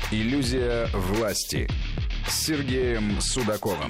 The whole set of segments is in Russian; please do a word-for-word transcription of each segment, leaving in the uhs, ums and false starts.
Иллюзия власти с Сергеем Судаковым.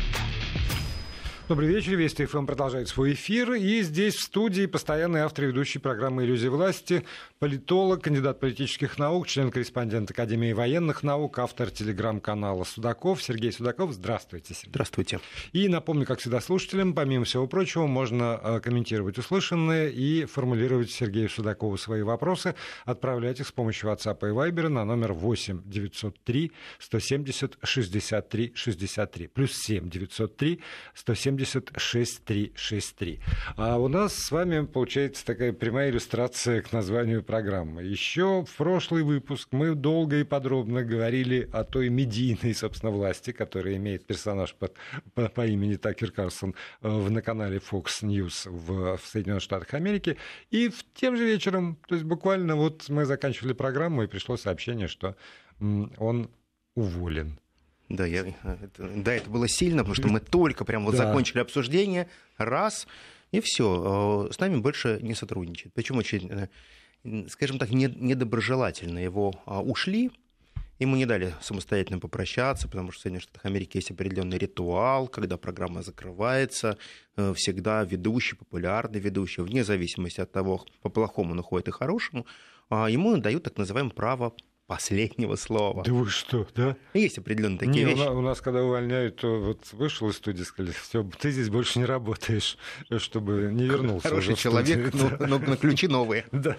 Добрый вечер. Вести ФМ продолжает свой эфир. И здесь в студии постоянный автор и ведущий программы «Иллюзия власти», политолог, кандидат политических наук, член-корреспондент Академии военных наук, автор телеграм-канала «Судаков». Сергей Судаков, здравствуйте, Сергей. Здравствуйте. И напомню, как всегда, слушателям, помимо всего прочего, можно комментировать услышанное и формулировать Сергею Судакову свои вопросы. Отправлять их с помощью WhatsApp и Viber на номер восемь девятьсот три сто семьдесят шестьдесят три шестьдесят три. Плюс семь девятьсот три сто семьдесят шесть три шесть три. А у нас с вами получается такая прямая иллюстрация к названию программы. Еще в прошлый выпуск мы долго и подробно говорили о той медийной, собственно, власти, которая имеет персонаж под, по, по имени Такер Карлсон в, на канале Fox News в, в Соединенных Штатах Америки. И в тем же вечером, то есть буквально вот мы заканчивали программу, и пришло сообщение, что м, он уволен. Да, я, это, да, это было сильно, потому что мы только прям вот да. закончили обсуждение, раз, и все, с нами больше не сотрудничает. Причем очень, скажем так, недоброжелательно его ушли, ему не дали самостоятельно попрощаться, потому что в Соединенных Штатах Америки есть определенный ритуал, когда программа закрывается, всегда ведущий, популярный ведущий, вне зависимости от того, по-плохому он уходит и хорошему, ему дают так называемое право последнего слова. Да вы что, да? Есть определенные такие не, вещи. У нас, когда увольняют, то вот вышел из студии, сказали, все, ты здесь больше не работаешь, чтобы не вернулся. Хороший человек, но, но, но ключи новые. Да.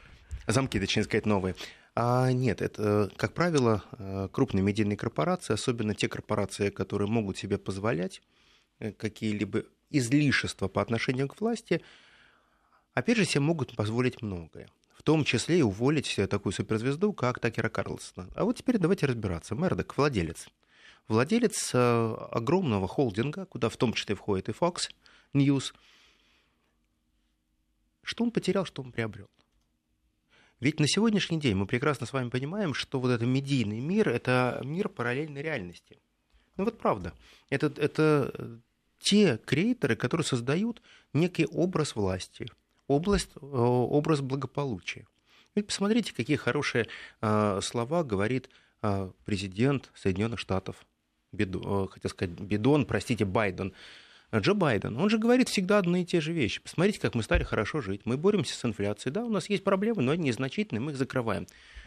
Замки, точнее сказать, новые. А нет, это, как правило, крупные медийные корпорации, особенно те корпорации, которые могут себе позволять какие-либо излишества по отношению к власти, опять же, себе могут позволить многое. В том числе и уволить такую суперзвезду, как Такера Карлсона. А вот теперь давайте разбираться. Мердок, владелец. Владелец огромного холдинга, куда в том числе входит и Fox News. Что он потерял, что он приобрел? Ведь на сегодняшний день мы прекрасно с вами понимаем, что вот этот медийный мир – это мир параллельной реальности. Ну вот правда. Это, это те креаторы, которые создают некий образ власти, Область, образ благополучия. Ведь посмотрите, какие хорошие э, слова говорит э, президент Соединенных Штатов, Бидон, хотел сказать Бидон, простите, Байден, Джо Байден. Он же говорит всегда одни и те же вещи. Посмотрите, как мы стали хорошо жить. Мы боремся с инфляцией. Да, у нас есть проблемы, но они незначительные, мы их закрываем.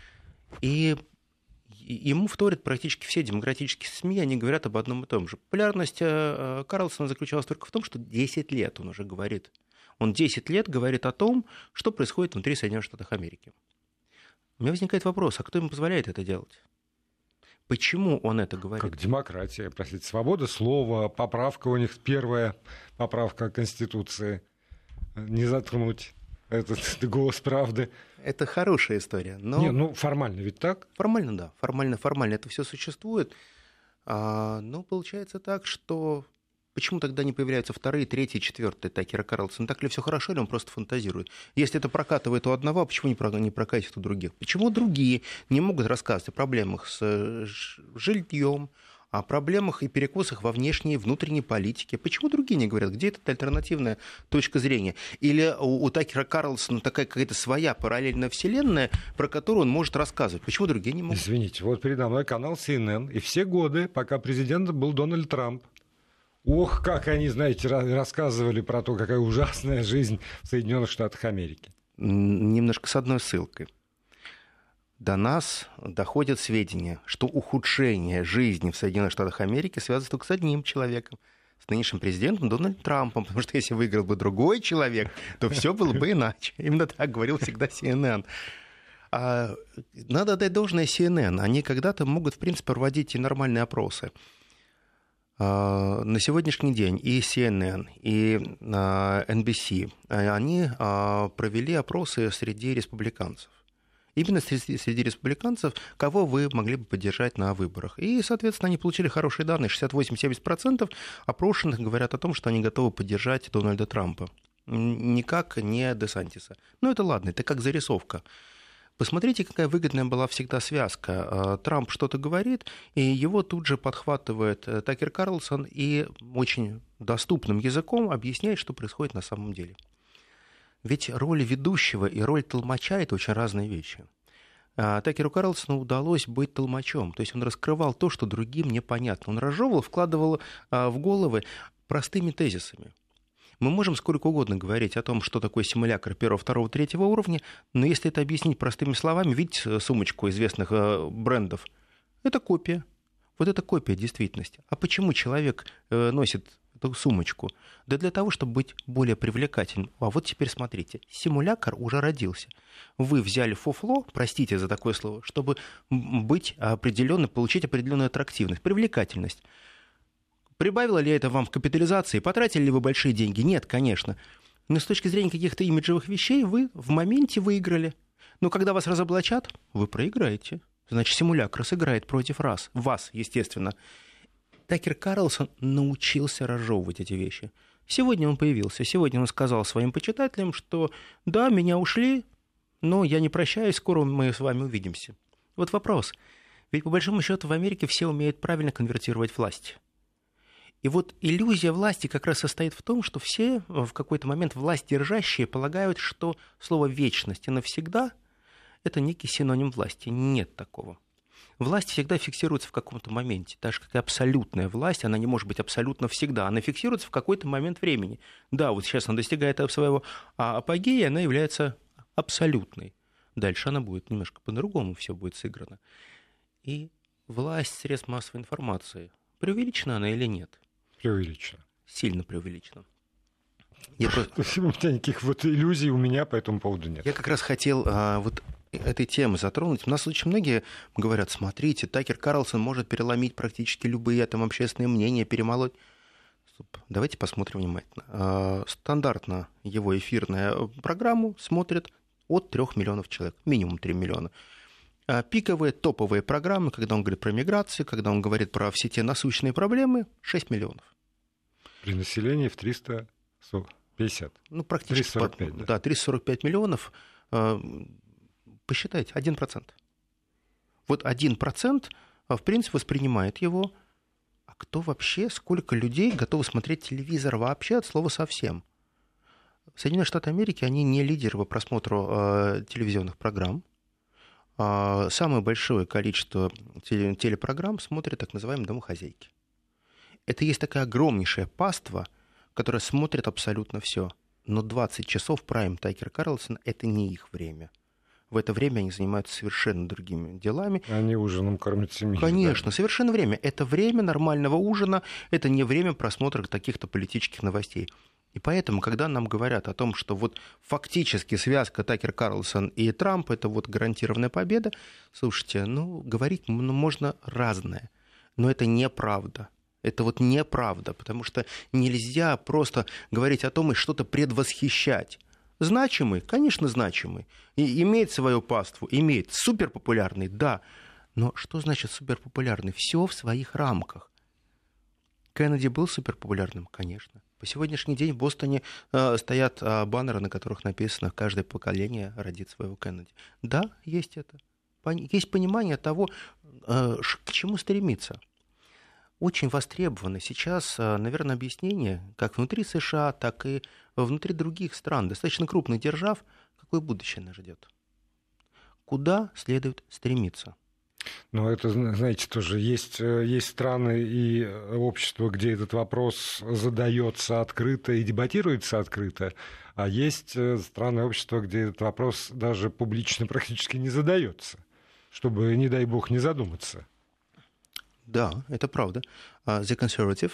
И ему вторят практически все демократические СМИ, они говорят об одном и том же. Популярность э, Карлсона заключалась только в том, что десять лет он уже говорит. Он десять лет говорит о том, что происходит внутри Соединенных Штатов Америки. У меня возникает вопрос, а кто ему позволяет это делать? Почему он это говорит? Как демократия, простите, свобода слова, поправка у них, первая поправка Конституции, не заткнуть этот голос правды. Это хорошая история. Но... Не, ну формально ведь так? Формально, да. Формально, формально это все существует. А, но получается так, что... Почему тогда не появляются вторые, третьи, четвертые Такера Карлсона? Так ли все хорошо, или он просто фантазирует? Если это прокатывает у одного, почему не прокатит у других? Почему другие не могут рассказывать о проблемах с жильем, о проблемах и перекосах во внешней и внутренней политике? Почему другие не говорят? Где эта альтернативная точка зрения? Или у, у Такера Карлсона такая какая-то своя параллельная вселенная, про которую он может рассказывать? Почему другие не могут? Извините, вот передо мной канал си эн эн, и все годы, пока президентом был Дональд Трамп, ох, как они, знаете, рассказывали про то, какая ужасная жизнь в Соединенных Штатах Америки. Немножко с одной ссылкой. До нас доходят сведения, что ухудшение жизни в Соединенных Штатах Америки связано только с одним человеком, с нынешним президентом Дональдом Трампом, потому что если выиграл бы другой человек, то все было бы иначе. Именно так говорил всегда си эн эн. А надо отдать должное си эн эн. Они когда-то могут, в принципе, проводить и нормальные опросы. На сегодняшний день и си эн эн, и эн би си, они провели опросы среди республиканцев. Именно среди, среди республиканцев, кого вы могли бы поддержать на выборах. И, соответственно, они получили хорошие данные. шестьдесят восемь - семьдесят процентов опрошенных говорят о том, что они готовы поддержать Дональда Трампа. Никак не Десантиса. Но это ладно, это как зарисовка. Посмотрите, какая выгодная была всегда связка. Трамп что-то говорит, и его тут же подхватывает Такер Карлсон и очень доступным языком объясняет, что происходит на самом деле. Ведь роль ведущего и роль толмача – это очень разные вещи. Такеру Карлсону удалось быть толмачом. То есть он раскрывал то, что другим непонятно. Он разжевывал, вкладывал в головы простыми тезисами. Мы можем сколько угодно говорить о том, что такое симулятор первого, второго, третьего уровня, но если это объяснить простыми словами, видите сумочку известных брендов, это копия. Вот это копия действительности. А почему человек носит эту сумочку? Да для того, чтобы быть более привлекательным. А вот теперь смотрите, симулятор уже родился. Вы взяли фуфло, простите за такое слово, чтобы быть определенно, получить определенную аттрактивность, привлекательность. Прибавило ли это вам в капитализации? Потратили ли вы большие деньги? Нет, конечно. Но с точки зрения каких-то имиджевых вещей вы в моменте выиграли. Но когда вас разоблачат, вы проиграете. Значит, симулятор сыграет против вас, вас, естественно. Такер Карлсон научился разжевывать эти вещи. Сегодня он появился. Сегодня он сказал своим почитателям, что да, меня ушли, но я не прощаюсь, скоро мы с вами увидимся. Вот вопрос. Ведь по большому счету в Америке все умеют правильно конвертировать власть. И вот иллюзия власти как раз состоит в том, что все в какой-то момент власть держащие полагают, что слово «вечность» и «навсегда» — это некий синоним власти. Нет такого. Власть всегда фиксируется в каком-то моменте. Так же, как и абсолютная власть, она не может быть абсолютно всегда. Она фиксируется в какой-то момент времени. Да, вот сейчас она достигает своего апогея, она является абсолютной. Дальше она будет немножко по-другому, все будет сыграно. И власть средств массовой информации, преувеличена она или нет? Преувеличено. Сильно преувеличено. Я просто... У меня никаких вот иллюзий у меня по этому поводу нет. Я как раз хотел а, вот этой темы затронуть. У нас очень многие говорят, смотрите, Такер Карлсон может переломить практически любые там общественные мнения, перемолоть. Стоп. Давайте посмотрим внимательно. А, стандартно его эфирную программу смотрят от трех миллионов человек, минимум три миллиона. А пиковые, топовые программы, когда он говорит про миграцию, когда он говорит про все те насущные проблемы, шесть миллионов. При населении в триста пятьдесят. Ну, практически. триста сорок пять, да. Да, триста сорок пять миллионов. Посчитайте, один процент. Вот один процент, в принципе, воспринимает его. А кто вообще, сколько людей готовы смотреть телевизор вообще от слова совсем? Соединенные Штаты Америки, они не лидеры по просмотру э, телевизионных программ. Э, самое большое количество телепрограмм смотрят так называемые домохозяйки. Это есть такая огромнейшая паства, которая смотрит абсолютно все. Но двадцать часов прайм Такер Карлсон — это не их время. В это время они занимаются совершенно другими делами. Они ужином кормят семью. Конечно, да? Совершенно время. Это время нормального ужина, это не время просмотра каких-то политических новостей. И поэтому, когда нам говорят о том, что вот фактически связка Такер Карлсон и Трамп — это вот гарантированная победа, слушайте, ну, говорить ну, можно разное, но это неправда. Это вот неправда, потому что нельзя просто говорить о том и что-то предвосхищать. Значимый? Конечно, значимый. И имеет свою паству? Имеет. Суперпопулярный? Да. Но что значит суперпопулярный? Все в своих рамках. Кеннеди был суперпопулярным? Конечно. По сегодняшний день в Бостоне э, стоят э, баннеры, на которых написано «Каждое поколение родит своего Кеннеди». Да, есть это. Есть понимание того, э, к чему стремиться. Очень востребовано сейчас, наверное, объяснение, как внутри США, так и внутри других стран, достаточно крупных держав, какое будущее нас ждет. Куда следует стремиться? Ну, это, знаете, тоже есть, есть страны и общества, где этот вопрос задается открыто и дебатируется открыто, а есть страны и общества, где этот вопрос даже публично практически не задается, чтобы, не дай бог, не задуматься. Да, это правда. The Conservative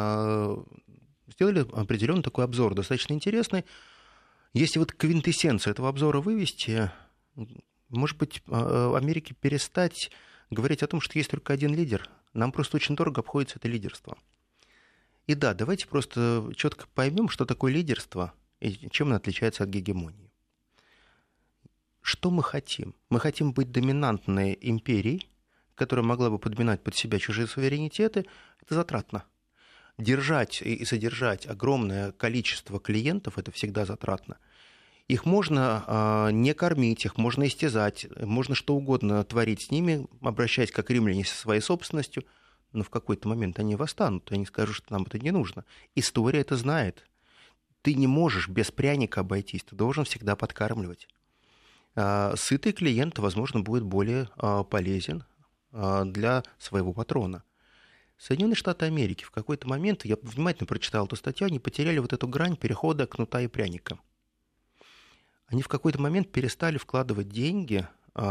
сделали определенный такой обзор, достаточно интересный. Если вот квинтэссенцию этого обзора вывести, может быть, Америке перестать говорить о том, что есть только один лидер. Нам просто очень дорого обходится это лидерство. И да, давайте просто четко поймем, что такое лидерство и чем оно отличается от гегемонии. Что мы хотим? Мы хотим быть доминантной империей, которая могла бы подминать под себя чужие суверенитеты. Это затратно. Держать и содержать огромное количество клиентов — это всегда затратно. Их можно а, не кормить, их можно истязать, можно что угодно творить с ними, обращаясь как римляне со своей собственностью, но в какой-то момент они восстанут, они скажут, что нам это не нужно. История это знает. Ты не можешь без пряника обойтись, ты должен всегда подкармливать. сытый клиент, возможно, будет более полезен для своего патрона. Соединенные Штаты Америки в какой-то момент, я внимательно прочитал эту статью, они потеряли вот эту грань перехода кнута и пряника. Они в какой-то момент перестали вкладывать деньги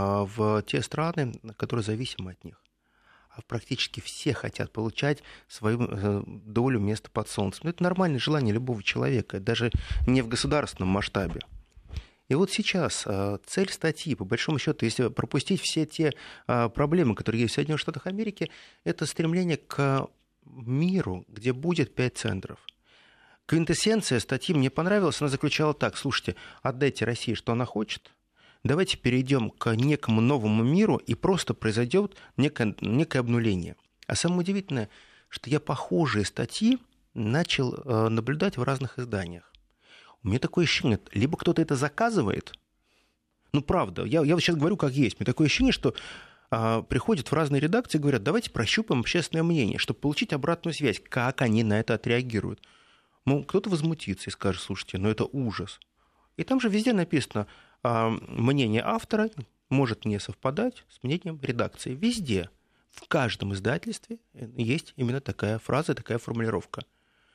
в те страны, которые зависимы от них. А практически все хотят получать свою долю места под солнцем. Это нормальное желание любого человека, даже не в государственном масштабе. И вот сейчас цель статьи, по большому счету, если пропустить все те проблемы, которые есть в Соединенных Штатах Америки, это стремление к миру, где будет пять центров. Квинтэссенция статьи мне понравилась, она заключала так: слушайте, отдайте России, что она хочет, давайте перейдем к некому новому миру, и просто произойдет некое, некое обнуление. А самое удивительное, что я похожие статьи начал наблюдать в разных изданиях. У меня такое ощущение, либо кто-то это заказывает, ну правда, я, я сейчас говорю как есть, у меня такое ощущение, что а, приходят в разные редакции и говорят, давайте прощупаем общественное мнение, чтобы получить обратную связь, как они на это отреагируют. Мол, кто-то возмутится и скажет, слушайте, ну это ужас. И там же везде написано, а, мнение автора может не совпадать с мнением редакции. Везде, в каждом издательстве есть именно такая фраза, такая формулировка.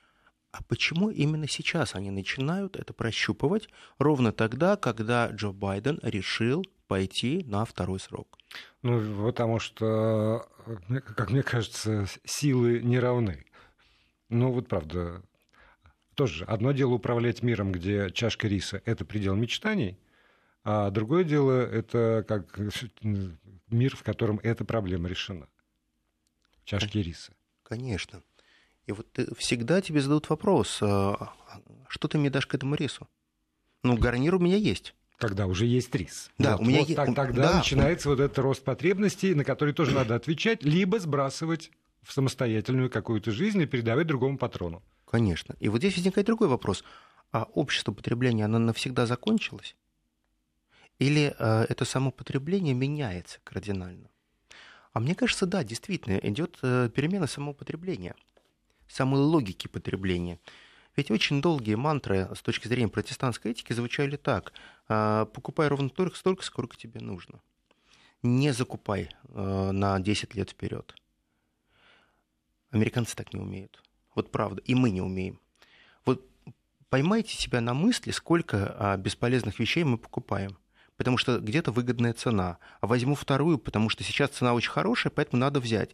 А почему именно сейчас они начинают это прощупывать, ровно тогда, когда Джо Байден решил пойти на второй срок? Ну, потому что, как мне кажется, силы не равны. Ну, вот правда, тоже одно дело управлять миром, где чашка риса – это предел мечтаний, а другое дело – это как мир, в котором эта проблема решена. Чашки риса. Конечно. И вот всегда тебе задают вопрос, что ты мне дашь к этому рису? Ну, гарнир у меня есть. Когда уже есть рис. Да, вот, у меня вот есть. Так, тогда да. начинается вот этот рост потребностей, на который тоже надо отвечать, либо сбрасывать в самостоятельную какую-то жизнь и передавать другому патрону. Конечно. И вот здесь возникает другой вопрос. А общество потребления, оно навсегда закончилось? Или э, это само потребление меняется кардинально? А мне кажется, да, действительно, идет э, перемена самого потребления, самой логики потребления. Ведь очень долгие мантры с точки зрения протестантской этики звучали так: покупай ровно столько, столько, сколько тебе нужно. Не закупай на десять лет вперед. Американцы так не умеют. Вот правда. И мы не умеем. Вот поймайте себя на мысли, сколько бесполезных вещей мы покупаем. Потому что где-то выгодная цена. А возьму вторую, потому что сейчас цена очень хорошая, поэтому надо взять.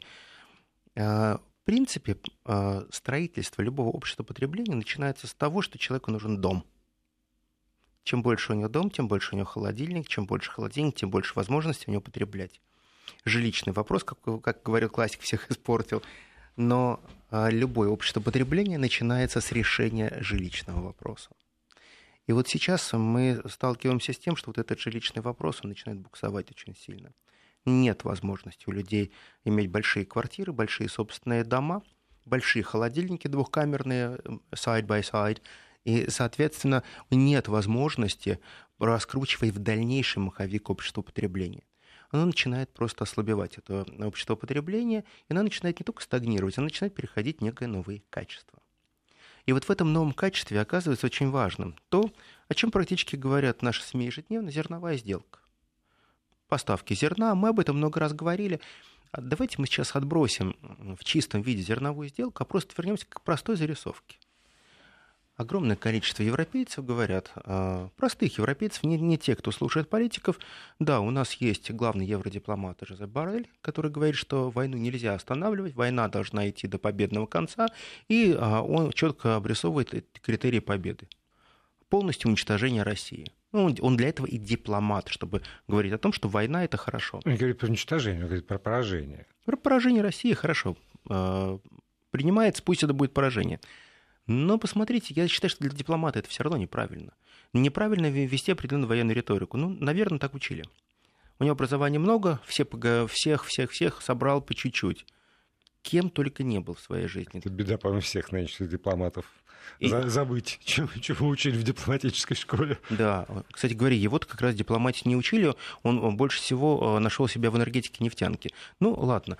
В принципе, строительство любого общества потребления начинается с того, что человеку нужен дом. Чем больше у него дом, тем больше у него холодильник, чем больше холодильник, тем больше возможностей у него потреблять. Жилищный вопрос, как, как говорил классик, всех испортил. Но любое общество потребления начинается с решения жилищного вопроса. И вот сейчас мы сталкиваемся с тем, что вот этот жилищный вопрос, он начинает буксовать очень сильно. Нет возможности у людей иметь большие квартиры, большие собственные дома, большие холодильники двухкамерные, side by side, и, соответственно, нет возможности раскручивать в дальнейшем маховик общества потребления. Оно начинает просто ослабевать, это общество потребления, и оно начинает не только стагнировать, оно начинает переходить в некое новое качество. И вот в этом новом качестве оказывается очень важным то, о чем практически говорят наши СМИ ежедневно, зерновая сделка. Поставки зерна, мы об этом много раз говорили. Давайте мы сейчас отбросим в чистом виде зерновую сделку, а просто вернемся к простой зарисовке. Огромное количество европейцев говорят, простых европейцев, не, не те, кто слушает политиков. Да, у нас есть главный евродипломат Жозеп Боррель, который говорит, что войну нельзя останавливать, война должна идти до победного конца, и он четко обрисовывает критерии победы. Полностью уничтожение России. Ну, он для этого и дипломат, чтобы говорить о том, что война – это хорошо. Он не говорит про уничтожение, он говорит про поражение. Про поражение России хорошо. Принимается, пусть это будет поражение. Но посмотрите, я считаю, что для дипломата это все равно неправильно. Неправильно вести определенную военную риторику. Ну, наверное, так учили. У него образования много, все, всех, всех, всех собрал по чуть-чуть. Кем только не был в своей жизни. Это беда, по-моему, всех нынешних дипломатов. И... Забыть, чему, чему учили в дипломатической школе. Да, кстати говоря, его-то как раз дипломатии не учили, он больше всего нашел себя в энергетике нефтянки. Ну, ладно.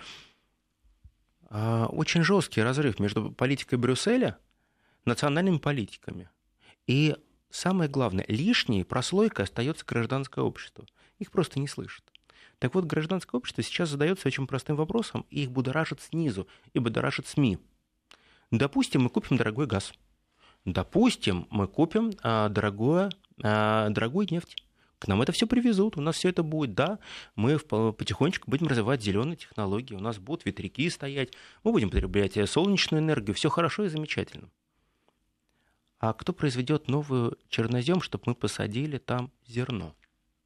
Очень жесткий разрыв между политикой Брюсселя, национальными политиками и самое главное, лишней прослойкой остается гражданское общество. Их просто не слышат. Так вот, гражданское общество сейчас задается очень простым вопросом, и их будоражит снизу, и будоражит СМИ. Допустим, мы купим дорогой газ. Допустим, мы купим а, дорогое, а, дорогую нефть. К нам это все привезут, у нас все это будет, да, мы потихонечку будем развивать зеленые технологии, у нас будут ветряки стоять, мы будем потреблять солнечную энергию, все хорошо и замечательно. А кто произведет новую чернозем, чтобы мы посадили там зерно?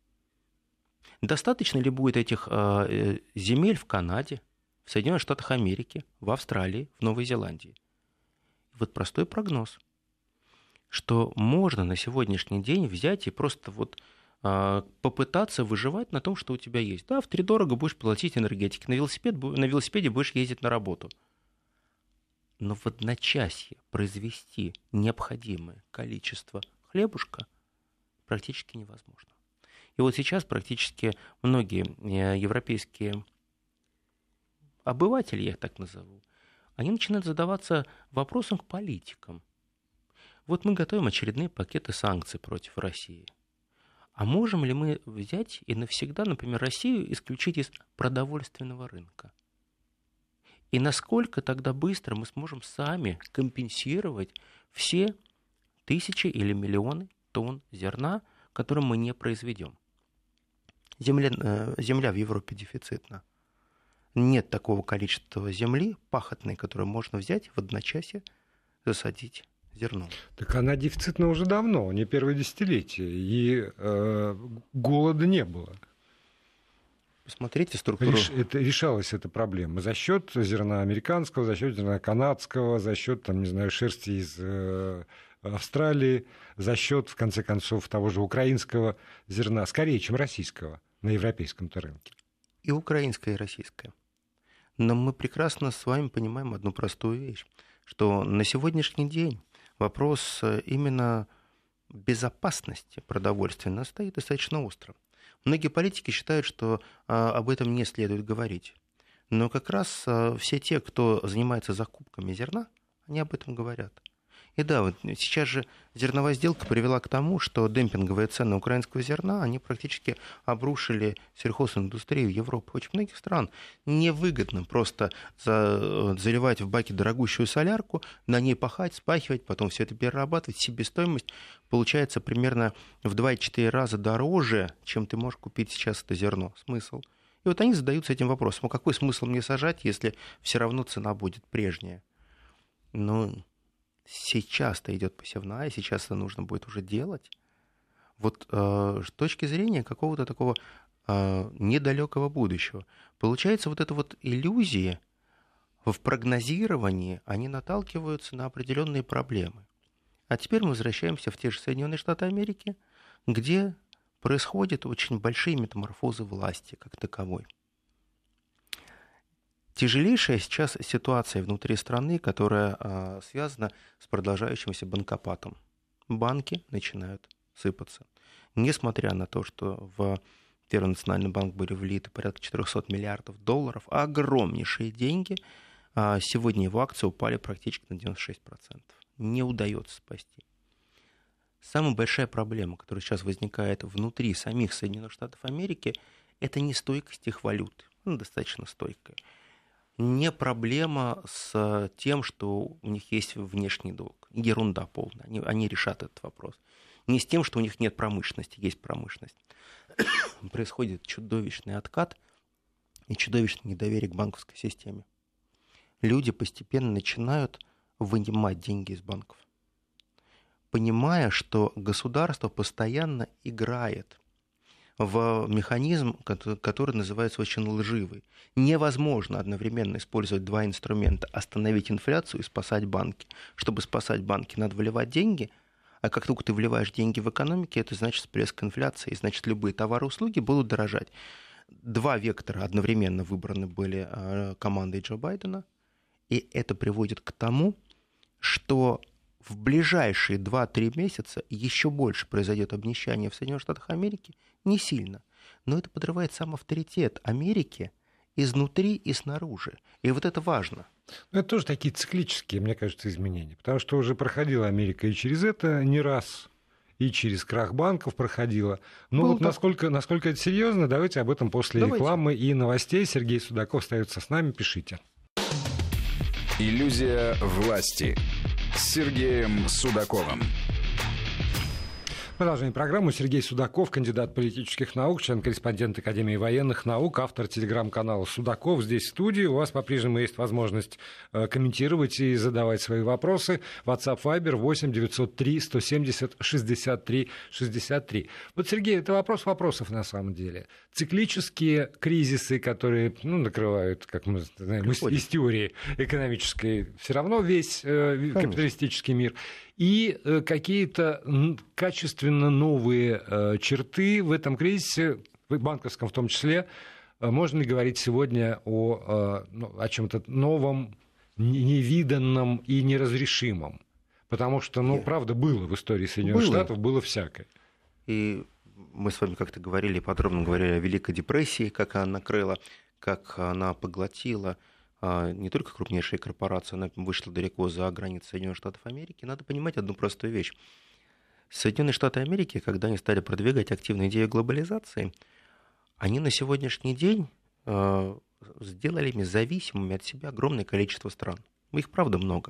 Достаточно ли будет этих э, земель в Канаде, в Соединенных Штатах Америки, в Австралии, в Новой Зеландии? Вот простой прогноз, что можно на сегодняшний день взять и просто вот попытаться выживать на том, что у тебя есть. Да, втридорого будешь платить энергетики, на, велосипед, на велосипеде будешь ездить на работу. Но в одночасье произвести необходимое количество хлебушка практически невозможно. И вот сейчас практически многие европейские обыватели, я их так назову, они начинают задаваться вопросом к политикам. Вот мы готовим очередные пакеты санкций против России. А можем ли мы взять и навсегда, например, Россию исключить из продовольственного рынка? И насколько тогда быстро мы сможем сами компенсировать все тысячи или миллионы тонн зерна, которые мы не произведем? Земля, земля в Европе дефицитна. Нет такого количества земли пахотной, которую можно взять в одночасье, засадить зерно. Так она дефицитна уже давно, не первое десятилетие, и э, голода не было. Посмотрите структуру. Реш, это, решалась эта проблема за счет зерна американского, за счет зерна канадского, за счет, там, не знаю, шерсти из э, Австралии, за счет, в конце концов, того же украинского зерна, скорее, чем российского на европейском-то рынке. И украинское, и российское. Но мы прекрасно с вами понимаем одну простую вещь, что на сегодняшний день вопрос именно безопасности продовольствия стоит достаточно остро. Многие политики считают, что а, об этом не следует говорить. Но как раз а, все те, кто занимается закупками зерна, они об этом говорят. И да, вот сейчас же зерновая сделка привела к тому, что демпинговые цены украинского зерна, они практически обрушили сельхозиндустрию Европы. Очень многих стран невыгодно просто за, заливать в баки дорогущую солярку, на ней пахать, спахивать, потом все это перерабатывать. Себестоимость получается примерно в два-четыре раза дороже, чем ты можешь купить сейчас это зерно. Смысл? И вот они задаются этим вопросом. А какой смысл мне сажать, если все равно цена будет прежняя? Ну... Сейчас-то идет посевная, сейчас это нужно будет уже делать. Вот э, с точки зрения какого-то такого э, недалекого будущего, получается, вот эта вот иллюзия в прогнозировании, они наталкиваются на определенные проблемы. А теперь мы возвращаемся в те же Соединенные Штаты Америки, где происходят очень большие метаморфозы власти как таковой. Тяжелейшая сейчас ситуация внутри страны, которая а, связана с продолжающимся банкопатом. Банки начинают сыпаться. Несмотря на то, что в Первый национальный банк были влиты порядка четыреста миллиардов долларов, огромнейшие деньги, а, сегодня его акции упали практически на девяносто шесть процентов. Не удается спасти. Самая большая проблема, которая сейчас возникает внутри самих Соединенных Штатов Америки, это нестойкость их валюты. Она достаточно стойкая. Не проблема с тем, что у них есть внешний долг. Ерунда полная. Они, они решат этот вопрос. Не с тем, что у них нет промышленности, есть промышленность. Происходит чудовищный откат и чудовищное недоверие к банковской системе. Люди постепенно начинают вынимать деньги из банков, понимая, что государство постоянно играет в механизм, который называется очень лживый. Невозможно одновременно использовать два инструмента: остановить инфляцию и спасать банки. Чтобы спасать банки, надо вливать деньги, а как только ты вливаешь деньги в экономику, это значит всплеск инфляции, значит, любые товары и услуги будут дорожать. Два вектора одновременно выбраны были командой Джо Байдена, и это приводит к тому, что в ближайшие два-три месяца еще больше произойдет обнищание в Соединенных Штатах Америки. Не сильно, но это подрывает сам авторитет Америки изнутри и снаружи. И вот это важно. Но это тоже такие циклические, мне кажется, изменения. Потому что уже проходила Америка и через это не раз. и через крах банков проходила. Ну Было вот так. насколько, насколько это серьезно, давайте об этом после Давайте. рекламы и новостей. Сергей Судаков остается с нами, пишите. Иллюзия власти с Сергеем Судаковым. Продолжение программы. Сергей Судаков, кандидат политических наук, член-корреспондент Академии военных наук, автор телеграм-канала «Судаков». Здесь в студии. У вас по-прежнему есть возможность э, комментировать и задавать свои вопросы. WhatsApp Viber восемь девятьсот три сто семьдесят шестьдесят три шестьдесят три. Вот, Сергей, это вопрос вопросов на самом деле. Циклические кризисы, которые ну, накрывают, как мы знаем, из, из теории экономической, все равно весь э, капиталистический мир. И э, какие-то качественно новые э, черты в этом кризисе, в банковском в том числе, э, можно ли говорить сегодня о, э, ну, о чем-то новом, невиданном и неразрешимом? Потому что, ну, правда, было в истории Соединенных было. Штатов, было всякое. И мы с вами как-то говорили, подробно говорили о Великой депрессии, как она накрыла, как она поглотила не только крупнейшие корпорации, она вышла далеко за границы Соединенных Штатов Америки. Надо понимать одну простую вещь. Соединенные Штаты Америки, когда они стали продвигать активную идею глобализации, они на сегодняшний день сделали ими зависимыми от себя огромное количество стран. Их, правда, много.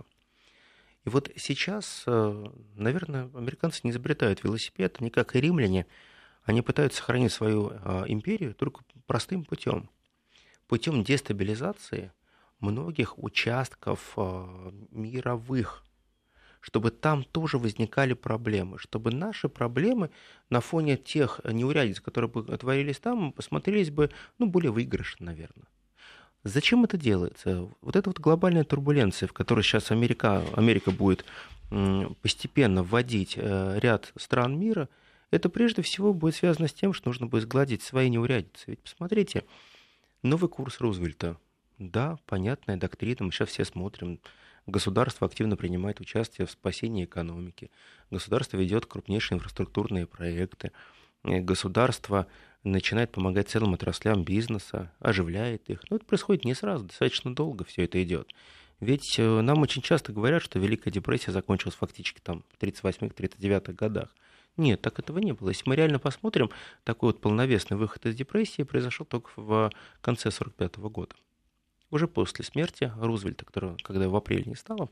И вот сейчас, наверное, американцы не изобретают велосипед, они, как и римляне, они пытаются сохранить свою империю только простым путем. Путем дестабилизации многих участков э, мировых, чтобы там тоже возникали проблемы, чтобы наши проблемы на фоне тех неурядиц, которые бы творились там, посмотрелись бы ну, более выигрышно, наверное. Зачем это делается? Вот эта вот глобальная турбуленция, в которой сейчас Америка, Америка будет м, постепенно вводить э, ряд стран мира, это прежде всего будет связано с тем, что нужно будет сгладить свои неурядицы. Ведь посмотрите, новый курс Рузвельта. Да, понятная доктрина, мы сейчас все смотрим. Государство активно принимает участие в спасении экономики. Государство ведет крупнейшие инфраструктурные проекты. Государство начинает помогать целым отраслям бизнеса, оживляет их. Но это происходит не сразу, достаточно долго все это идет. Ведь нам очень часто говорят, что Великая депрессия закончилась фактически там, в тридцать восьмых — тридцать девятых годах. Нет, так этого не было. Если мы реально посмотрим, такой вот полновесный выход из депрессии произошел только в конце сорок пятого года. Уже после смерти Рузвельта, которого, когда в апреле не стало.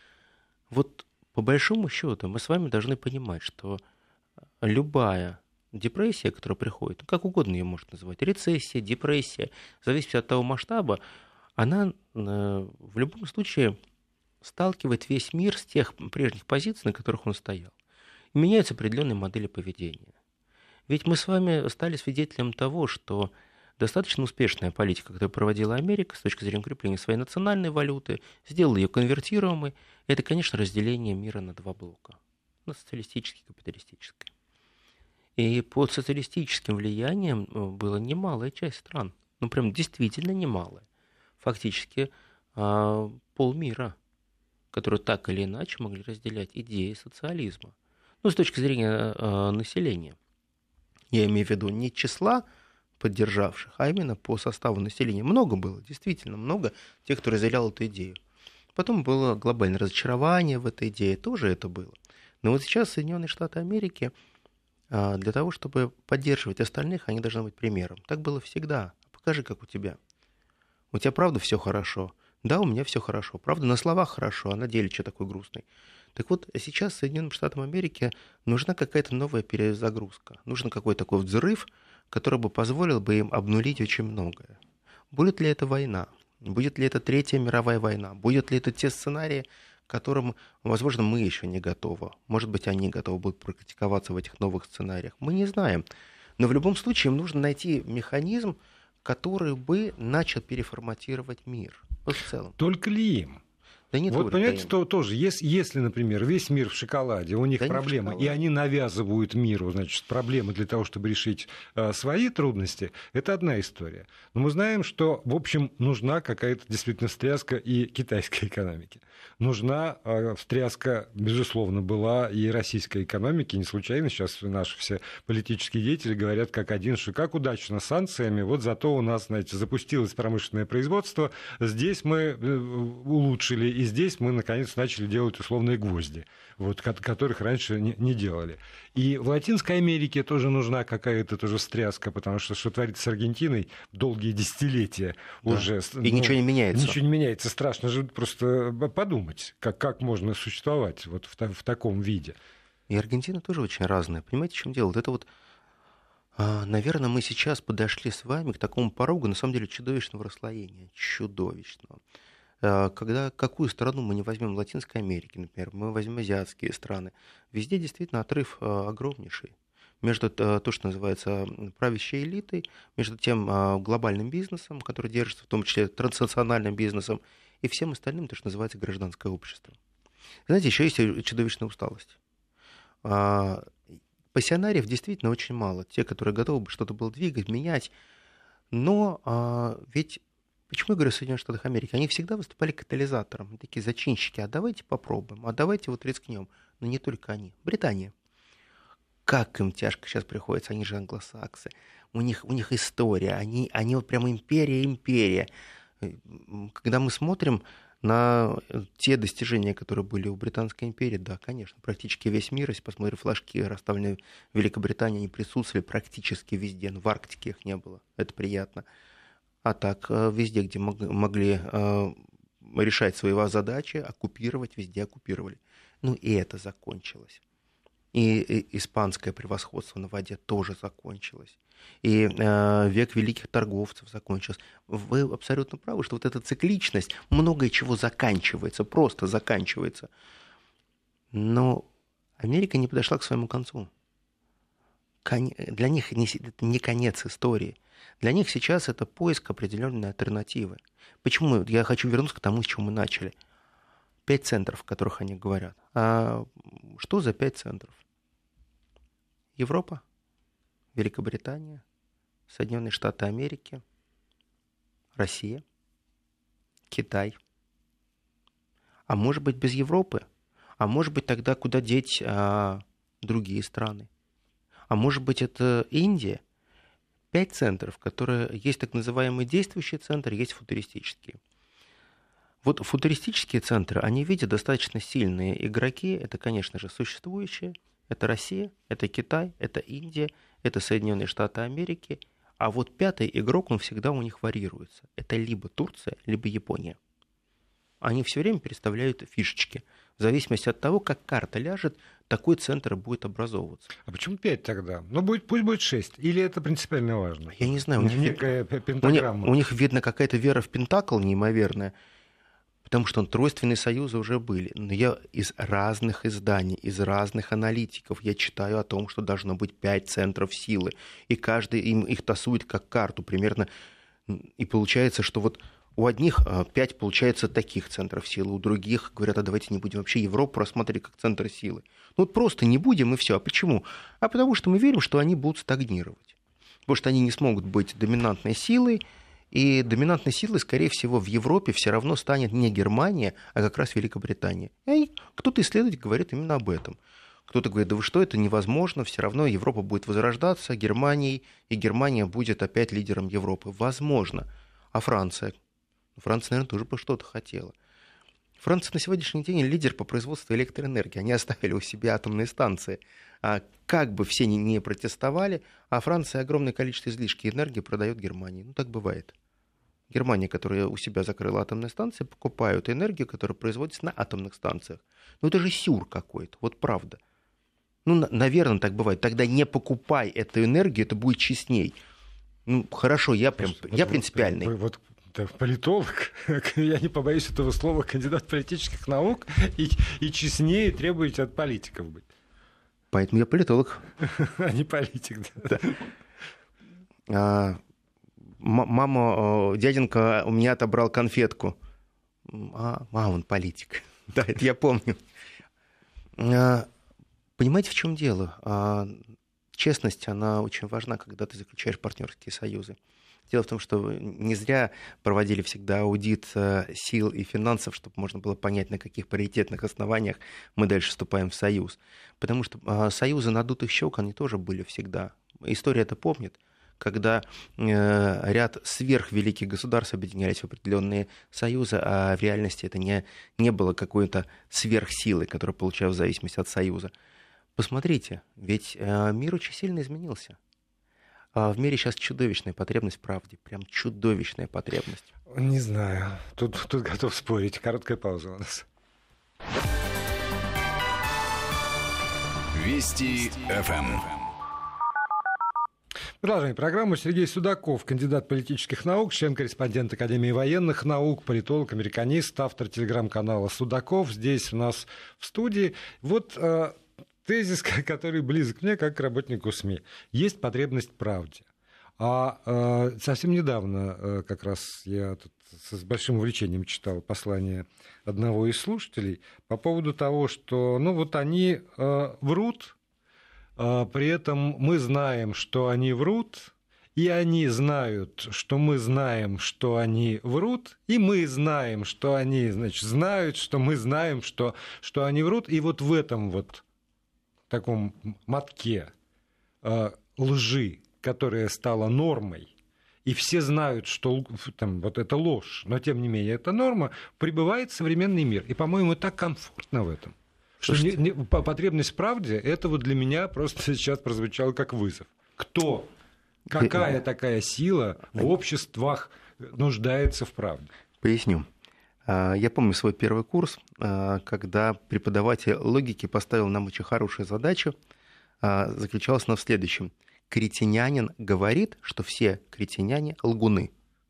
Вот по большому счету мы с вами должны понимать, что любая депрессия, которая приходит, ну, как угодно ее можно называть, рецессия, депрессия, в зависимости от того масштаба, она в любом случае сталкивает весь мир с тех прежних позиций, на которых он стоял. И меняются определенные модели поведения. Ведь мы с вами стали свидетелем того, что достаточно успешная политика, которую проводила Америка с точки зрения укрепления своей национальной валюты, сделала ее конвертируемой, это, конечно, разделение мира на два блока. На социалистический и капиталистический. И под социалистическим влиянием была немалая часть стран. Ну, прям действительно немалая. Фактически полмира, которые так или иначе могли разделять идеи социализма. Ну, с точки зрения населения. Я имею в виду не числа поддержавших, а именно по составу населения. Много было, действительно много тех, кто разделял эту идею. Потом было глобальное разочарование в этой идее, тоже это было. Но вот сейчас Соединенные Штаты Америки для того, чтобы поддерживать остальных, они должны быть примером. Так было всегда. Покажи, как у тебя. У тебя правда все хорошо? Да, у меня все хорошо. Правда, на словах хорошо, а на деле что такой грустный? Так вот, сейчас Соединенным Штатам Америки нужна какая-то новая перезагрузка. Нужен какой-то такой взрыв, который бы позволил бы им обнулить очень многое. Будет ли это война? Будет ли это Третья мировая война? Будет ли это те сценарии, к которым, возможно, мы еще не готовы? Может быть, они готовы будут практиковаться в этих новых сценариях? Мы не знаем. Но в любом случае им нужно найти механизм, который бы начал переформатировать мир. Вот в целом. Только ли им? Да нет, вот, понимаете, то, тоже, если, если, например, весь мир в шоколаде, у них да проблемы, и они навязывают миру, значит, проблемы для того, чтобы решить э, свои трудности, это одна история. Но мы знаем, что, в общем, нужна какая-то действительно встряска и китайской экономики. Нужна э, встряска, безусловно, была и российской экономики. Не случайно сейчас наши все политические деятели говорят как один, что как удачно с санкциями, вот зато у нас, знаете, запустилось промышленное производство, здесь мы улучшили и здесь мы, наконец, начали делать условные гвозди, вот, которых раньше не, не делали. И в Латинской Америке тоже нужна какая-то тоже встряска, потому что что творится с Аргентиной долгие десятилетия да. уже. И ну, ничего не меняется. Ничего не меняется. Страшно же просто подумать, как, как можно существовать вот в, в таком виде. И Аргентина тоже очень разная. Понимаете, в чем дело? Это вот, наверное, мы сейчас подошли с вами к такому порогу, на самом деле, чудовищного расслоения. Чудовищного. Когда какую страну мы не возьмем Латинской Америки, например, мы возьмем азиатские страны, везде действительно отрыв огромнейший между то, что называется правящей элитой, между тем глобальным бизнесом, который держится, в том числе транснациональным бизнесом, и всем остальным, то, что называется гражданское общество. Знаете, еще есть чудовищная усталость. Пассионариев действительно очень мало, те, которые готовы бы что-то было двигать, менять, но ведь... Почему я говорю о Соединенных Штатах Америки? Они всегда выступали катализатором, такие зачинщики. А давайте попробуем, а давайте вот рискнем. Но не только они. Британия. Как им тяжко сейчас приходится, они же англосаксы. У них, у них история, они, они вот прямо империя-империя. Когда мы смотрим на те достижения, которые были у Британской империи, да, конечно, практически весь мир, если посмотрим флажки, расставленные в Великобритании, они присутствовали практически везде. Но в Арктике их не было. Это приятно. А так, везде, где могли решать свои задачи, оккупировать, везде оккупировали. Ну и это закончилось. И испанское превосходство на воде тоже закончилось. И век великих торговцев закончился. Вы абсолютно правы, что вот эта цикличность, многое чего заканчивается, просто заканчивается. Но Америка не подошла к своему концу. Для них это не конец истории. Для них сейчас это поиск определенной альтернативы. Почему? Я хочу вернуться к тому, с чего мы начали. Пять центров, о которых они говорят. А что за пять центров? Европа, Великобритания, Соединенные Штаты Америки, Россия, Китай. А может быть, без Европы? А может быть, тогда куда деть а, другие страны? А может быть, это Индия? Пять центров, которые есть так называемые действующие центры, есть футуристические. Вот футуристические центры, они видят достаточно сильные игроки. Это, конечно же, существующие. Это Россия, это Китай, это Индия, это Соединенные Штаты Америки. А вот пятый игрок, он всегда у них варьируется. Это либо Турция, либо Япония. Они все время переставляют фишечки. В зависимости от того, как карта ляжет, такой центр будет образовываться. А почему пять тогда? Ну, будет, пусть будет шесть. Или это принципиально важно? Я не знаю. У них, некая пентаграмма. У них, у них видно какая-то вера в Пентакл неимоверная, потому что тройственные союзы уже были. Но я из разных изданий, из разных аналитиков я читаю о том, что должно быть пять центров силы. И каждый им их тасует как карту примерно. И получается, что вот у одних пять, получается, таких центров силы, у других говорят, а давайте не будем вообще Европу рассматривать как центр силы. Ну вот просто не будем и все. А почему? А потому что мы верим, что они будут стагнировать. Потому что они не смогут быть доминантной силой, и доминантной силой, скорее всего, в Европе все равно станет не Германия, а как раз Великобритания. И кто-то исследователь говорит именно об этом. Кто-то говорит, да вы что, это невозможно, все равно Европа будет возрождаться Германией, и Германия будет опять лидером Европы. Возможно. А Франция? Франция, наверное, тоже бы что-то хотела. Франция на сегодняшний день лидер по производству электроэнергии. Они оставили у себя атомные станции. А как бы все не протестовали, а Франция огромное количество излишки энергии продает Германии. Ну, так бывает. Германия, которая у себя закрыла атомные станции, покупают энергию, которая производится на атомных станциях. Ну, это же сюр какой-то, вот правда. Ну, наверное, так бывает. Тогда не покупай эту энергию, это будет честней. Ну, хорошо, я прям, вот, я принципиальный. Вот, вот, политолог, я не побоюсь этого слова, кандидат политических наук, и, и честнее требуете от политиков быть. Поэтому я политолог. А не политик, да. А, мама, дяденька у меня отобрал конфетку. А, а он политик. Да, это я помню. А, понимаете, в чем дело? А, честность, она очень важна, когда ты заключаешь партнерские союзы. Дело в том, что не зря проводили всегда аудит сил и финансов, чтобы можно было понять, на каких паритетных основаниях мы дальше вступаем в союз. Потому что союзы надутых щек, они тоже были всегда. История это помнит. когда э, ряд сверхвеликих государств объединялись в определенные союзы, а в реальности это не, не было какой-то сверхсилы, которая получалась в зависимости от союза. Посмотрите, ведь э, мир очень сильно изменился. А в мире сейчас чудовищная потребность в правде, прям чудовищная потребность. Не знаю, тут, тут готов спорить. Короткая пауза у нас. Вести эф эм. Продолжаем программу. Сергей Судаков, кандидат политических наук, член-корреспондент Академии военных наук, политолог, американист, автор телеграм-канала «Судаков». Здесь у нас в студии. Вот э, тезис, который близок мне, как к работнику СМИ. Есть потребность в правде. А э, совсем недавно э, как раз я тут с большим увлечением читал послание одного из слушателей по поводу того, что ну вот они э, врут, э, при этом мы знаем, что они врут, и они знают, что мы знаем, что они врут, и мы знаем, что они, значит, знают, что мы знаем, что, что они врут, и вот в этом вот таком мотке э, лжи, которая стала нормой, и все знают, что там, вот это ложь, но тем не менее это норма, пребывает современный мир. И, по-моему, так комфортно в этом. Что не, не, потребность в правде, это вот для меня просто сейчас прозвучало как вызов. Кто, какая такая сила в обществах нуждается в правде? Поясню. Я помню свой первый курс, когда преподаватель логики поставил нам очень хорошую задачу. Заключалась она в следующем. Кретинянин говорит, что все кретиняне лгуны.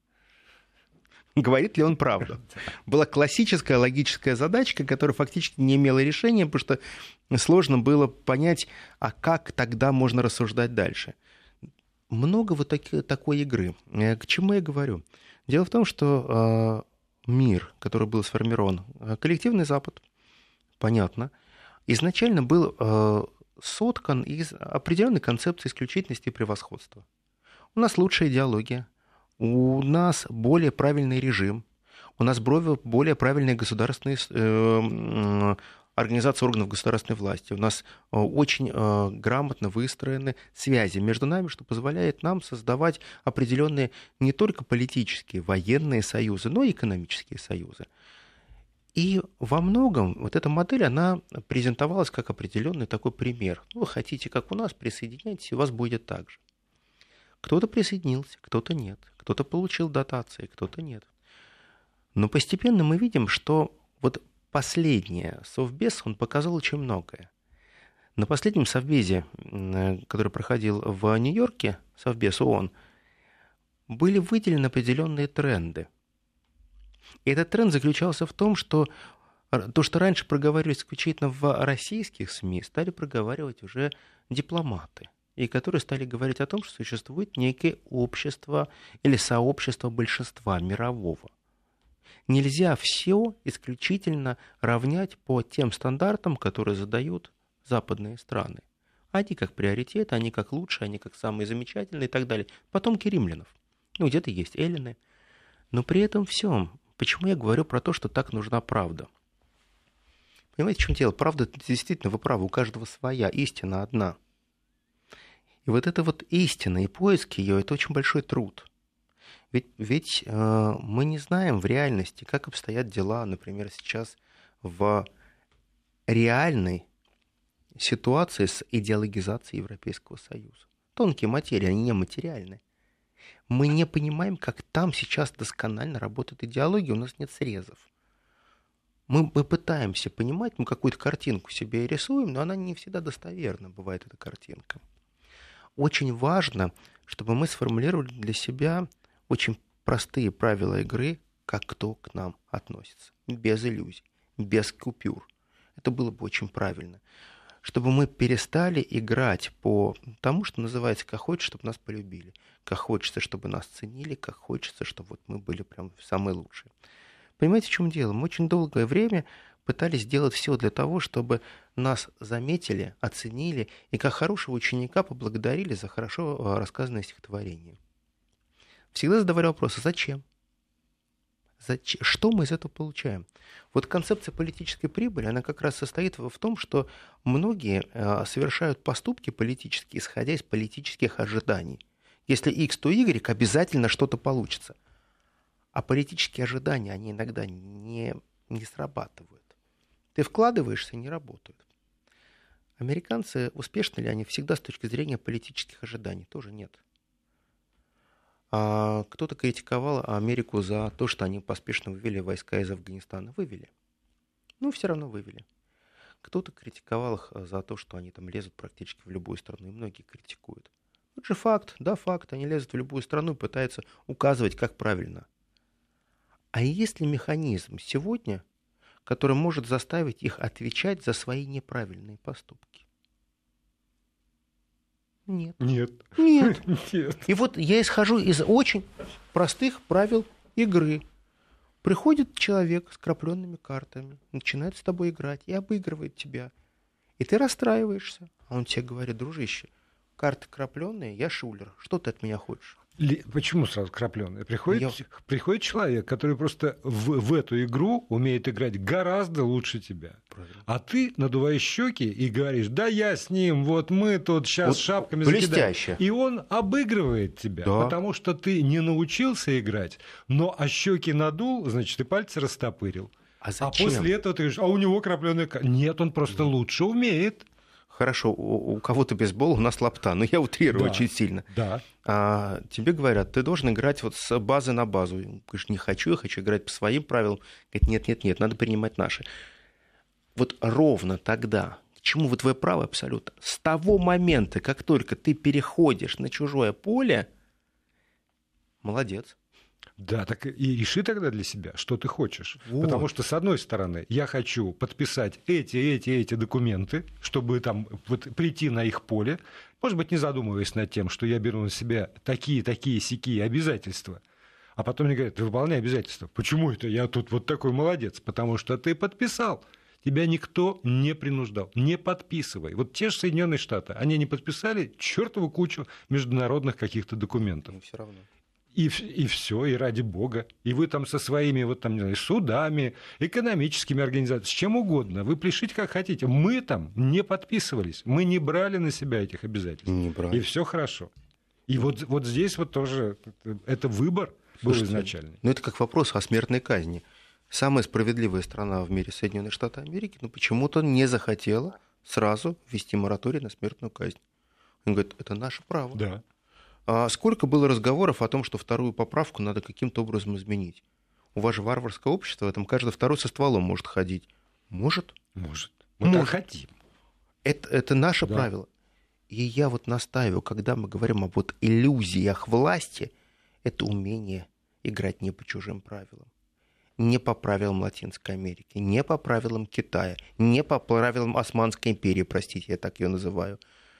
Говорит ли он правду? Была классическая логическая задачка, которая фактически не имела решения, потому что сложно было понять, а как тогда можно рассуждать дальше. Много вот таки, такой игры. К чему я говорю? Дело в том, что э, мир, который был сформирован, коллективный Запад, понятно, изначально был... Э, соткан из определенной концепции исключительности и превосходства. У нас лучшая идеология, у нас более правильный режим, у нас более правильные государственные э, организации органов государственной власти, у нас очень э, грамотно выстроены связи между нами, что позволяет нам создавать определенные не только политические, военные союзы, но и экономические союзы. И во многом вот эта модель, она презентовалась как определенный такой пример. Ну, вы хотите, как у нас, присоединяйтесь, и у вас будет так же. Кто-то присоединился, кто-то нет. Кто-то получил дотации, кто-то нет. Но постепенно мы видим, что вот последний Совбез, он показал очень многое. На последнем Совбезе, который проходил в Нью-Йорке, Совбез ООН, были выделены определенные тренды. И этот тренд заключался в том, что то, что раньше проговаривали исключительно в российских СМИ, стали проговаривать уже дипломаты, и которые стали говорить о том, что существует некое общество или сообщество большинства мирового. Нельзя все исключительно равнять по тем стандартам, которые задают западные страны. Они как приоритет, они как лучшие, они как самые замечательные и так далее. Потомки римлянов. Ну, где-то есть эллины. Но при этом всем... Почему я говорю про то, что так нужна правда? Понимаете, в чем дело? Правда, действительно, вы правы, у каждого своя, истина одна. И вот эта вот истина и поиск ее, это очень большой труд. Ведь, ведь э, мы не знаем в реальности, как обстоят дела, например, сейчас в реальной ситуации с идеологизацией Европейского Союза. Тонкие материи, они нематериальны. Мы не понимаем, как там сейчас досконально работает идеология, у нас нет срезов. Мы, мы пытаемся понимать, мы какую-то картинку себе рисуем, но она не всегда достоверна, бывает эта картинка. Очень важно, чтобы мы сформулировали для себя очень простые правила игры, как кто к нам относится. Без иллюзий, без купюр. Это было бы очень правильно. Чтобы мы перестали играть по тому, что называется, как хочется, чтобы нас полюбили, как хочется, чтобы нас ценили, как хочется, чтобы вот мы были прям самые лучшие. Понимаете, в чем дело? Мы очень долгое время пытались сделать все для того, чтобы нас заметили, оценили и как хорошего ученика поблагодарили за хорошо рассказанное стихотворение. Всегда задавали вопрос, а зачем? Зачем? Что мы из этого получаем? Вот концепция политической прибыли, она как раз состоит в том, что многие совершают поступки политические, исходя из политических ожиданий. Если X, то Y, обязательно что-то получится. А политические ожидания, они иногда не, не срабатывают. Ты вкладываешься, не работают. Американцы, успешны ли они всегда с точки зрения политических ожиданий? Тоже нет. А кто-то критиковал Америку за то, что они поспешно вывели войска из Афганистана. Вывели. Ну, все равно вывели. Кто-то критиковал их за то, что они там лезут практически в любую страну. И многие критикуют. Вот же факт, да, факт. Они лезут в любую страну и пытаются указывать, как правильно. А есть ли механизм сегодня, который может заставить их отвечать за свои неправильные поступки? Нет. Нет. Нет. Нет. И вот я исхожу из очень простых правил игры. Приходит человек с крапленными картами, начинает с тобой играть и обыгрывает тебя. И ты расстраиваешься. А он тебе говорит: дружище, карты крапленые, я шулер. Что ты от меня хочешь? Почему сразу крапленый? Приходит, Я... приходит человек, который просто в, в эту игру умеет играть гораздо лучше тебя. Правильно. А ты надуваешь щеки и говоришь: да я с ним, вот мы тут сейчас вот шапками закидаем. И он обыгрывает тебя, да. Потому что ты не научился играть, но а щеки надул, значит, и пальцы растопырил. А, зачем? А после этого ты говоришь: а у него крапленая карта. Нет, он просто лучше умеет. Хорошо, у, у кого-то бейсбол, у нас лапта, но я утрирую да, очень сильно. Да. А, тебе говорят: ты должен играть вот с базы на базу. Говоришь: не хочу, я хочу играть по своим правилам. Говорит: нет, нет, нет, надо принимать наши. Вот ровно тогда, к чему вот твое право абсолютно, с того момента, как только ты переходишь на чужое поле, молодец. Да, так и реши тогда для себя, что ты хочешь. Вот. Потому что, с одной стороны, я хочу подписать эти, эти, эти документы, чтобы там вот прийти на их поле, может быть, не задумываясь над тем, что я беру на себя такие, такие, сякие обязательства. А потом мне говорят: ты выполняй обязательства. Почему это я тут вот такой молодец? Потому что ты подписал. Тебя никто не принуждал. Не подписывай. Вот те же Соединенные Штаты, они не подписали чертову кучу международных каких-то документов. Но все равно. И, и все, и ради бога. И вы там со своими вот там, не знаю, судами, экономическими организациями, с чем угодно. Вы пляшите как хотите. Мы там не подписывались. Мы не брали на себя этих обязательств. Не брали. И все хорошо. И вот, вот здесь вот тоже это выбор был Слушайте, изначальный. Ну, это как вопрос о смертной казни. Самая справедливая страна в мире, Соединенные Штаты Америки, но почему-то не захотела сразу ввести мораторий на смертную казнь. Он говорит: это наше право. Да. А сколько было разговоров о том, что вторую поправку надо каким-то образом изменить? У вас же варварское общество, в этом каждый второй со стволом может ходить. Может? Может. Мы может. так хотим. Это, это наше да. правило. И я вот настаиваю, когда мы говорим об вот иллюзиях власти, это умение играть не по чужим правилам. Не по правилам Латинской Америки, не по правилам Китая, не по правилам Османской империи, простите, я так ее называю.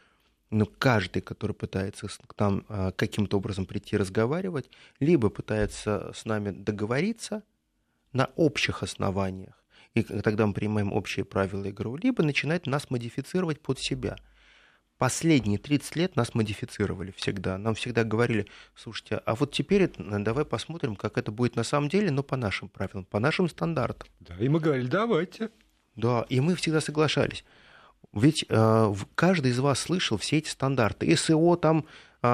Но каждый, который пытается к нам каким-то образом прийти разговаривать, либо пытается с нами договориться на общих основаниях, и тогда мы принимаем общие правила игры, либо начинает нас модифицировать под себя. Последние тридцать лет нас модифицировали всегда. Нам всегда говорили: слушайте, а вот теперь давай посмотрим, как это будет на самом деле, но по нашим правилам, по нашим стандартам. Да, и мы говорили: давайте. Да, и мы всегда соглашались. Ведь э, каждый из вас слышал все эти стандарты. СО там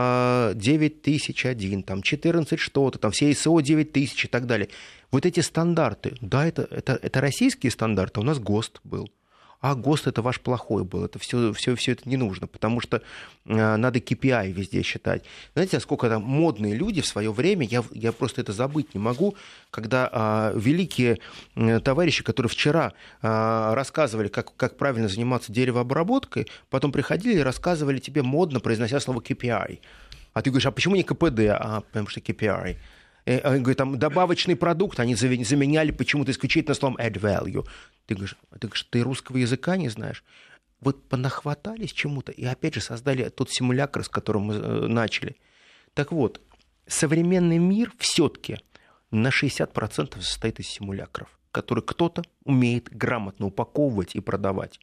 э, девять тысяч один, там четырнадцать что-то, там все СО девять тысяч и так далее. Вот эти стандарты, да, это, это, это российские стандарты, у нас ГОСТ был. А ГОСТ это ваш плохой был, это все, все, все это не нужно, потому что э, надо кей пи ай везде считать. Знаете, сколько там модные люди в свое время, я, я просто это забыть не могу, когда э, великие э, товарищи, которые вчера э, рассказывали, как, как правильно заниматься деревообработкой, потом приходили и рассказывали тебе модно, произнося слово кей пи ай. А ты говоришь: а почему не ка пэ дэ? А, потому что кей пи ай. Они говорят: там добавочный продукт, они заменяли почему-то исключительно словом add value. Ты говоришь, ты говоришь, ты русского языка не знаешь? Вот понахватались чему-то и опять же создали тот симулякр, с которым мы начали. Так вот, современный мир все-таки на шестьдесят процентов состоит из симулякров, которые кто-то умеет грамотно упаковывать и продавать.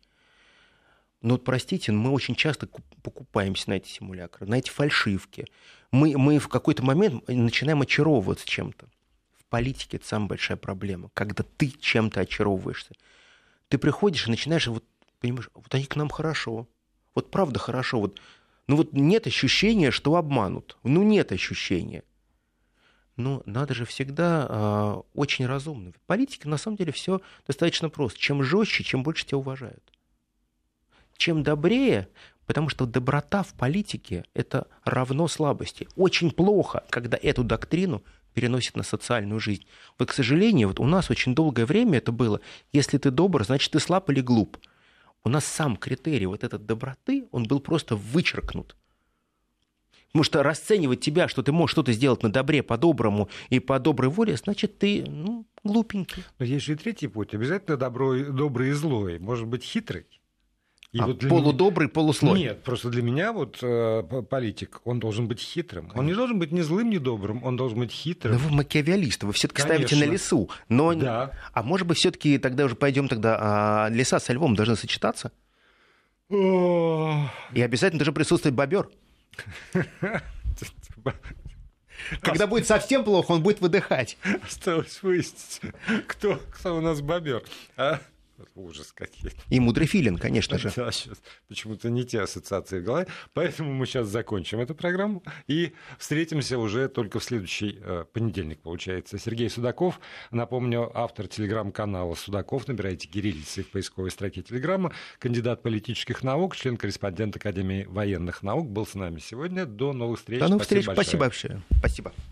Но вот, простите, мы очень часто покупаемся на эти симулякры, на эти фальшивки. Мы, мы в какой-то момент начинаем очаровываться чем-то. В политике это самая большая проблема, когда ты чем-то очаровываешься. Ты приходишь и начинаешь, вот, понимаешь, вот они к нам хорошо, вот правда хорошо, вот Ну вот нет ощущения, что обманут. Ну нет ощущения. Но надо же всегда э, очень разумно. В политике на самом деле все достаточно просто. Чем жестче, чем больше тебя уважают. Чем добрее, потому что доброта в политике – это равно слабости. Очень плохо, когда эту доктрину переносит на социальную жизнь. Вот, к сожалению, вот у нас очень долгое время это было, если ты добр, значит, ты слаб или глуп. У нас сам критерий вот этой доброты, он был просто вычеркнут. Потому что расценивать тебя, что ты можешь что-то сделать на добре, по-доброму и по доброй воле, значит, ты ну, глупенький. Но есть же и третий путь. Обязательно добро, добрый и злой. Может быть, хитрый. И а вот полудобрый, меня... полуслой. Нет, просто для меня вот э, политик, он должен быть хитрым. Конечно. Он не должен быть ни злым, ни добрым, он должен быть хитрым. Но вы макиавеллист, вы все-таки ставите на лесу. Но... Да. А может быть, все-таки тогда уже пойдем тогда, а леса со львом должны сочетаться? И обязательно должен присутствовать бобер. Когда будет совсем плохо, он будет выдыхать. Осталось выяснить, кто, кто у нас бобер. А? Ужас какие. И мудрый филин, конечно же. Да, сейчас почему-то не те ассоциации в голове. Поэтому мы сейчас закончим эту программу и встретимся уже только в следующий э, понедельник, получается. Сергей Судаков, напомню, автор телеграм-канала «Судаков». Набирайте кириллицей в поисковой строке телеграмма. Кандидат политических наук, член-корреспондент Академии военных наук. Был с нами сегодня. До новых встреч. До новых встреч. Спасибо большое. Спасибо большое. Спасибо.